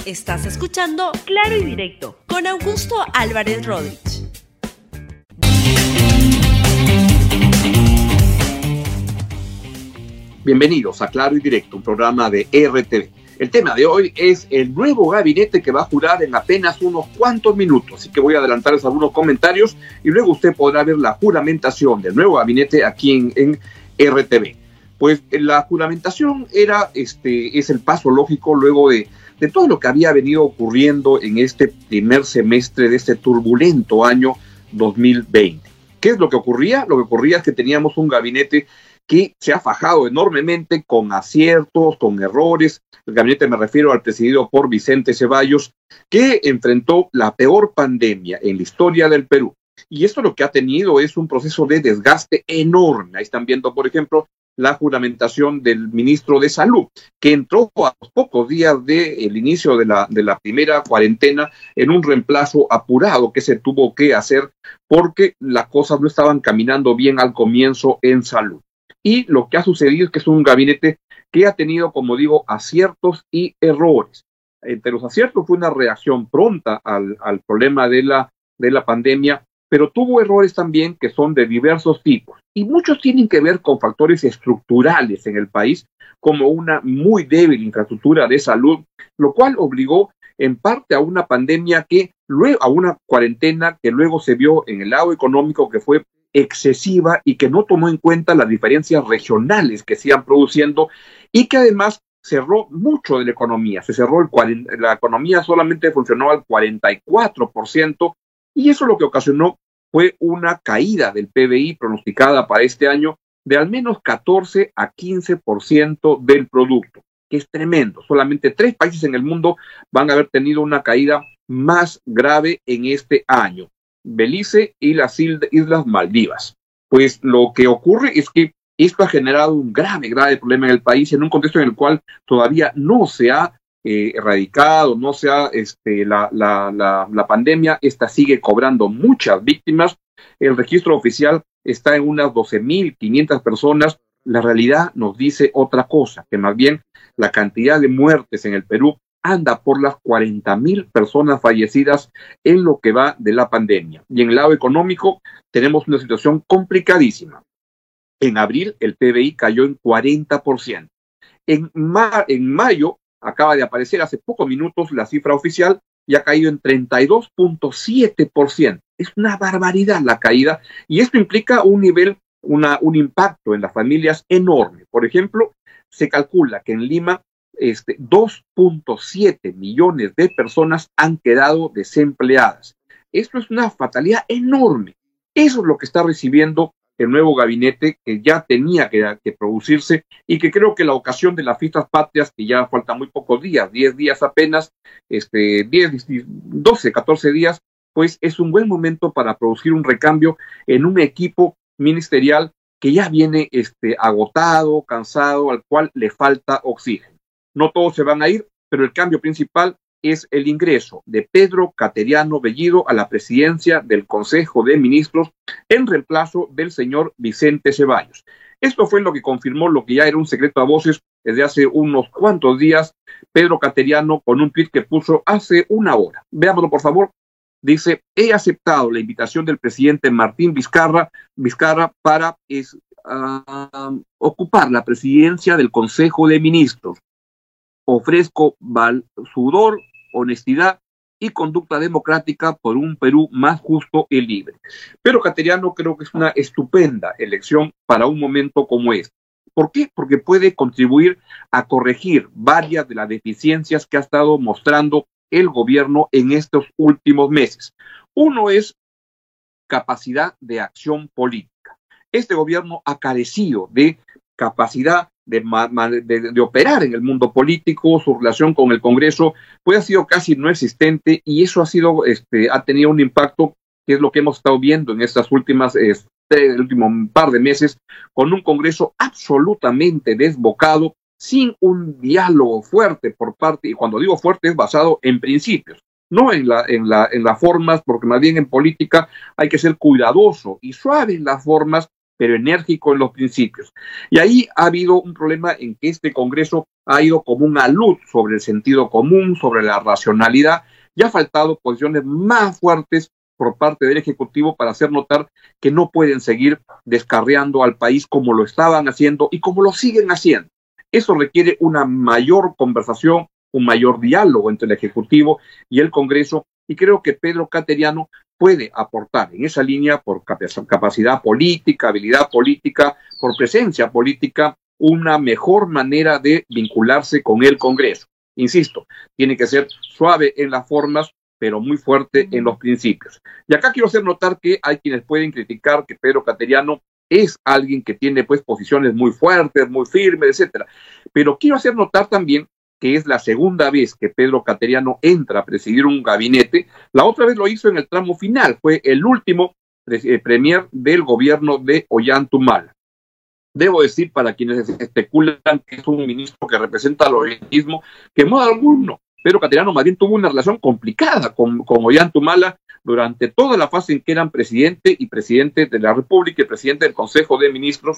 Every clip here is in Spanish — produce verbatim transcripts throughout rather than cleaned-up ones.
Estás escuchando Claro y Directo con Augusto Álvarez Rodríguez. Bienvenidos a Claro y Directo, un programa de R T V. El tema de hoy es el nuevo gabinete que va a jurar en apenas unos cuantos minutos, así que voy a adelantarles algunos comentarios y luego usted podrá ver la juramentación del nuevo gabinete aquí en, en R T V. Pues la juramentación era, este, es el paso lógico luego de, de todo lo que había venido ocurriendo en este primer semestre de este turbulento año dos mil veinte. ¿Qué es lo que ocurría? Lo que ocurría es que teníamos un gabinete que se ha fajado enormemente con aciertos, con errores. El gabinete me refiero al presidido por Vicente Ceballos, que enfrentó la peor pandemia en la historia del Perú. Y esto lo que ha tenido es un proceso de desgaste enorme. Ahí están viendo, por ejemplo, la juramentación del ministro de Salud, que entró a los pocos días del inicio de la, de la primera cuarentena en un reemplazo apurado que se tuvo que hacer porque las cosas no estaban caminando bien al comienzo en salud. Y lo que ha sucedido es que es un gabinete que ha tenido, como digo, aciertos y errores. Entre los aciertos fue una reacción pronta al, al problema de la, de la pandemia, pero tuvo errores también que son de diversos tipos. Y muchos tienen que ver con factores estructurales en el país, como una muy débil infraestructura de salud, lo cual obligó en parte a una pandemia que luego, a una cuarentena que luego se vio en el lado económico que fue excesiva y que no tomó en cuenta las diferencias regionales que se iban produciendo y que además cerró mucho de la economía. Se cerró el cuarenta, la economía solamente funcionó al cuarenta y cuatro por ciento y eso lo que ocasionó fue una caída del P B I pronosticada para este año de al menos catorce a quince por ciento del producto, que es tremendo. Solamente tres países en el mundo van a haber tenido una caída más grave en este año: Belice y las Islas Maldivas. Pues lo que ocurre es que esto ha generado un grave, grave problema en el país, en un contexto en el cual todavía no se ha eh, erradicado, no se ha, este, la, la, la, la pandemia, esta sigue cobrando muchas víctimas. El registro oficial está en unas doce mil quinientas personas. La realidad nos dice otra cosa, que más bien la cantidad de muertes en el Perú anda por las cuarenta mil personas fallecidas en lo que va de la pandemia. Y en el lado económico tenemos una situación complicadísima. En abril el P B I cayó en cuarenta por ciento. En, ma en mayo acaba de aparecer hace pocos minutos la cifra oficial y ha caído en treinta y dos punto siete por ciento. Es una barbaridad la caída y esto implica un nivel, una, un impacto en las familias enorme. Por ejemplo, se calcula que en Lima Este, dos punto siete millones de personas han quedado desempleadas. Esto es una fatalidad enorme. Eso es lo que está recibiendo el nuevo gabinete que ya tenía que, que producirse y que creo que la ocasión de las fiestas patrias, que ya faltan muy pocos días, diez días apenas, este, diez, doce, catorce días, pues es un buen momento para producir un recambio en un equipo ministerial que ya viene este, agotado, cansado, al cual le falta oxígeno. No todos se van a ir, pero el cambio principal es el ingreso de Pedro Cateriano Bellido a la presidencia del Consejo de Ministros en reemplazo del señor Vicente Ceballos. Esto fue lo que confirmó lo que ya era un secreto a voces desde hace unos cuantos días Pedro Cateriano con un tuit que puso hace una hora. Veámoslo, por favor. Dice: he aceptado la invitación del presidente Martín Vizcarra, Vizcarra para es, uh, ocupar la presidencia del Consejo de Ministros. Ofrezco val, sudor, honestidad y conducta democrática por un Perú más justo y libre. Pero Cateriano creo que es una estupenda elección para un momento como este. ¿Por qué? Porque puede contribuir a corregir varias de las deficiencias que ha estado mostrando el gobierno en estos últimos meses. Uno es capacidad de acción política. Este gobierno ha carecido de capacidad De, de, de operar en el mundo político. Su relación con el Congreso pues ha sido casi no existente y eso ha sido este ha tenido un impacto que es lo que hemos estado viendo en estas últimas este, el último par de meses, con un Congreso absolutamente desbocado, sin un diálogo fuerte por parte, y cuando digo fuerte es basado en principios, no en la en la en las formas, porque más bien en política hay que ser cuidadoso y suave en las formas pero enérgico en los principios. Y ahí ha habido un problema en que este Congreso ha ido como una luz sobre el sentido común, sobre la racionalidad, y ha faltado posiciones más fuertes por parte del Ejecutivo para hacer notar que no pueden seguir descarriando al país como lo estaban haciendo y como lo siguen haciendo. Eso requiere una mayor conversación, un mayor diálogo entre el Ejecutivo y el Congreso, y creo que Pedro Cateriano puede aportar en esa línea por capacidad política, habilidad política, por presencia política, una mejor manera de vincularse con el Congreso. Insisto, tiene que ser suave en las formas, pero muy fuerte en los principios. Y acá quiero hacer notar que hay quienes pueden criticar que Pedro Cateriano es alguien que tiene pues posiciones muy fuertes, muy firmes, etcétera. Pero quiero hacer notar también que es la segunda vez que Pedro Cateriano entra a presidir un gabinete. La otra vez lo hizo en el tramo final, fue el último eh, premier del gobierno de Ollanta Humala. Debo decir, para quienes especulan que es un ministro que representa al oyentismo, que en modo alguno, Pedro Cateriano más bien tuvo una relación complicada con, con Ollanta Humala durante toda la fase en que eran presidente y presidente de la República y presidente del Consejo de Ministros,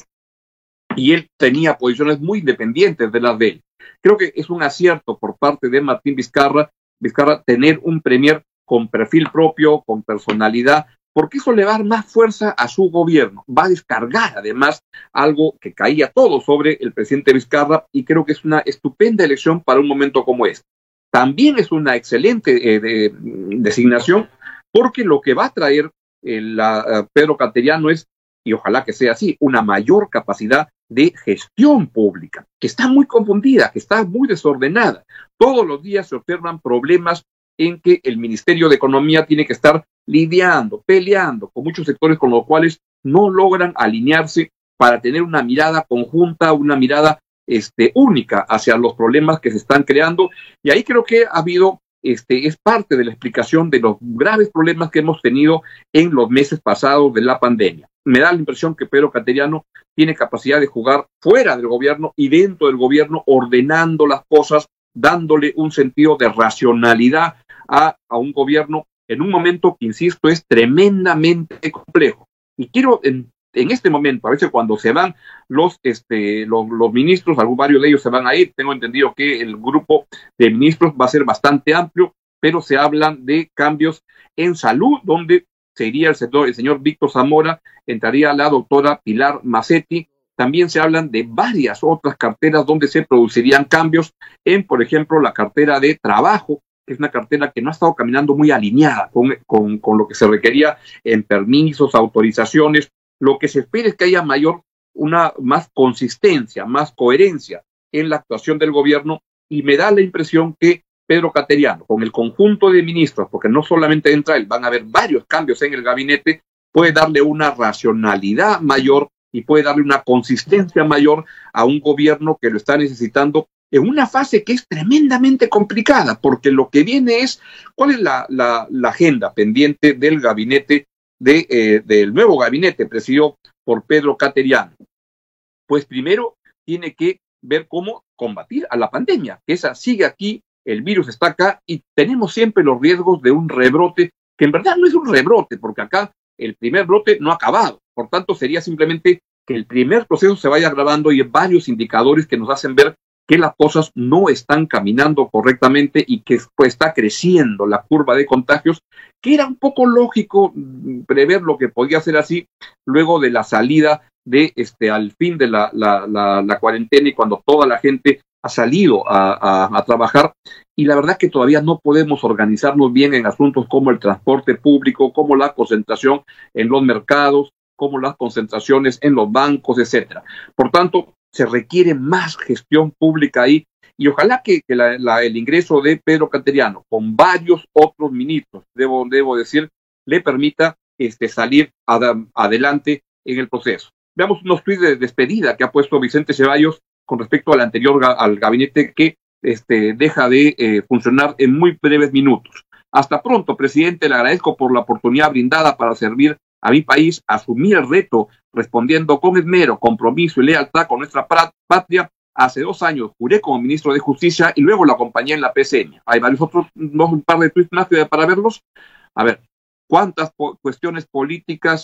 y él tenía posiciones muy independientes de las de él. Creo que es un acierto por parte de Martín Vizcarra, Vizcarra tener un premier con perfil propio, con personalidad, porque eso le va a dar más fuerza a su gobierno. Va a descargar además algo que caía todo sobre el presidente Vizcarra, y creo que es una estupenda elección para un momento como este. También es una excelente eh, de, designación, porque lo que va a traer eh, la, uh, Pedro Cateriano es, y ojalá que sea así, una mayor capacidad de gestión pública, que está muy confundida, que está muy desordenada. Todos los días se observan problemas en que el Ministerio de Economía tiene que estar lidiando, peleando con muchos sectores con los cuales no logran alinearse para tener una mirada conjunta, una mirada este, única hacia los problemas que se están creando. Y ahí creo que ha habido, este, es parte de la explicación de los graves problemas que hemos tenido en los meses pasados de la pandemia. Me da la impresión que Pedro Cateriano tiene capacidad de jugar fuera del gobierno y dentro del gobierno, ordenando las cosas, dándole un sentido de racionalidad a, a un gobierno en un momento que, insisto, es tremendamente complejo. Y quiero, en, en este momento, a veces cuando se van los, este, los, los ministros, algunos, varios de ellos se van a ir, tengo entendido que el grupo de ministros va a ser bastante amplio, pero se hablan de cambios en salud, donde se iría el, sector, el señor Víctor Zamora, entraría la doctora Pilar Macetti. También se hablan de varias otras carteras donde se producirían cambios en, por ejemplo, la cartera de trabajo, que es una cartera que no ha estado caminando muy alineada con, con, con lo que se requería en permisos, autorizaciones. Lo que se espera es que haya mayor, una más consistencia, más coherencia en la actuación del gobierno, y me da la impresión que Pedro Cateriano, con el conjunto de ministros, porque no solamente entra él, van a haber varios cambios en el gabinete, puede darle una racionalidad mayor y puede darle una consistencia mayor a un gobierno que lo está necesitando en una fase que es tremendamente complicada, porque lo que viene es, ¿cuál es la, la, la agenda pendiente del gabinete, de, eh, del nuevo gabinete presidido por Pedro Cateriano? Pues primero tiene que ver cómo combatir a la pandemia, que esa sigue aquí, el virus está acá y tenemos siempre los riesgos de un rebrote, que en verdad no es un rebrote, porque acá el primer brote no ha acabado. Por tanto, sería simplemente que el primer proceso se vaya agravando y hay varios indicadores que nos hacen ver que las cosas no están caminando correctamente y que pues, está creciendo la curva de contagios, que era un poco lógico prever lo que podía ser así luego de la salida de este al fin de la, la, la, la cuarentena y cuando toda la gente ha salido a, a, a trabajar, y la verdad que todavía no podemos organizarnos bien en asuntos como el transporte público, como la concentración en los mercados, como las concentraciones en los bancos, etcétera. Por tanto, se requiere más gestión pública ahí, y ojalá que, que la, la, el ingreso de Pedro Cateriano, con varios otros ministros, debo, debo decir, le permita este, salir ad, adelante en el proceso. Veamos unos tweets de despedida que ha puesto Vicente Ceballos con respecto al anterior al gabinete que este, deja de eh, funcionar en muy breves minutos. Hasta pronto, presidente, le agradezco por la oportunidad brindada para servir a mi país, asumí el reto respondiendo con esmero, compromiso y lealtad con nuestra patria. Hace dos años juré como ministro de Justicia y luego lo acompañé en la P C N. Hay varios otros, no, un par de tweets más para verlos. A ver, ¿cuántas po- cuestiones políticas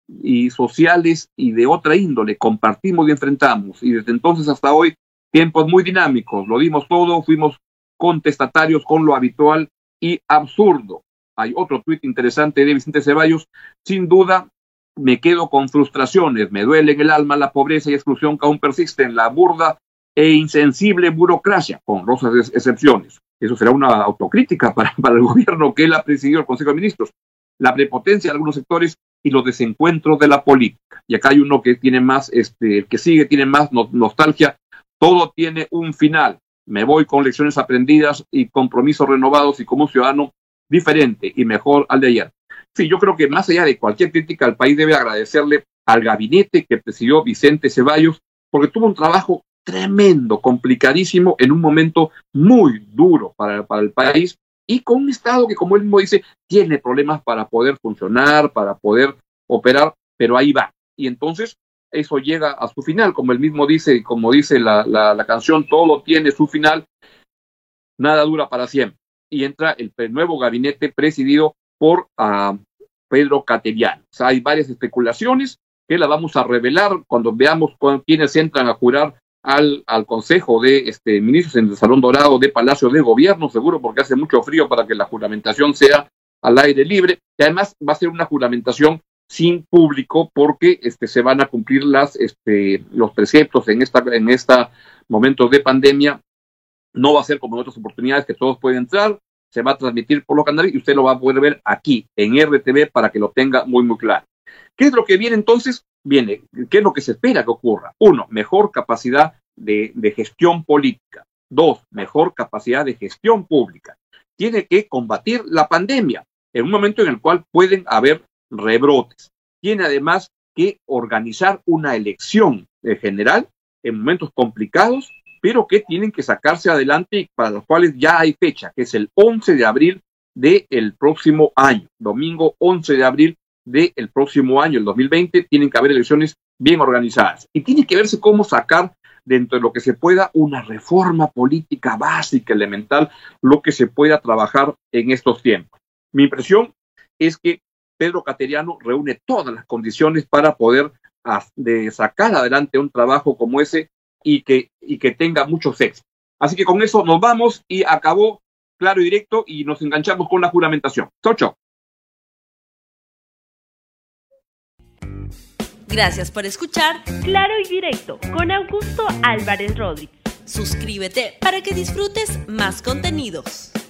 y sociales y de otra índole compartimos y enfrentamos, y desde entonces hasta hoy, tiempos muy dinámicos, lo dimos todo, fuimos contestatarios con lo habitual y absurdo. Hay otro tuit interesante de Vicente Ceballos: sin duda me quedo con frustraciones, me duele en el alma la pobreza y exclusión que aún persiste en la burda e insensible burocracia, con honrosas excepciones. Eso será una autocrítica para, para el gobierno que él ha presidido el Consejo de Ministros. La prepotencia de algunos sectores y los desencuentros de la política. Y acá hay uno que tiene más, este, el que sigue tiene más no, nostalgia. Todo tiene un final. Me voy con lecciones aprendidas y compromisos renovados y como un ciudadano diferente y mejor al de ayer. Sí, yo creo que más allá de cualquier crítica, el país debe agradecerle al gabinete que presidió Vicente Ceballos, porque tuvo un trabajo tremendo, complicadísimo, en un momento muy duro para, para el país, y con un Estado que, como él mismo dice, tiene problemas para poder funcionar, para poder operar, pero ahí va. Y entonces eso llega a su final, como él mismo dice, como dice la, la, la canción, todo tiene su final, nada dura para siempre. Y entra el, el nuevo gabinete presidido por uh, Pedro Cateriano. O sea, hay varias especulaciones que las vamos a revelar cuando veamos cuando, quiénes entran a jurar al, al Consejo de este, Ministros en el Salón Dorado de Palacio de Gobierno, seguro porque hace mucho frío para que la juramentación sea al aire libre, y además va a ser una juramentación sin público porque este, se van a cumplir las, este, los preceptos en esta en esta momento de pandemia. No va a ser como en otras oportunidades que todos pueden entrar, se va a transmitir por los canales y usted lo va a poder ver aquí en R T V para que lo tenga muy muy claro. ¿Qué es lo que viene entonces? Viene, ¿qué es lo que se espera que ocurra? Uno, mejor capacidad de, de gestión política. Dos, mejor capacidad de gestión pública. Tiene que combatir la pandemia en un momento en el cual pueden haber rebrotes. Tiene además que organizar una elección general en momentos complicados, pero que tienen que sacarse adelante y para los cuales ya hay fecha, que es el once de abril del próximo año. Domingo once de abril del próximo año, el dos mil veinte, tienen que haber elecciones bien organizadas. Y tiene que verse cómo sacar dentro de lo que se pueda una reforma política básica, elemental, lo que se pueda trabajar en estos tiempos. Mi impresión es que Pedro Cateriano reúne todas las condiciones para poder de sacar adelante un trabajo como ese y que, y que tenga muchos éxitos. Así que con eso nos vamos y acabó Claro y Directo y nos enganchamos con la juramentación. Chau, chau. Gracias por escuchar Claro y Directo con Augusto Álvarez Rodríguez. Suscríbete para que disfrutes más contenidos.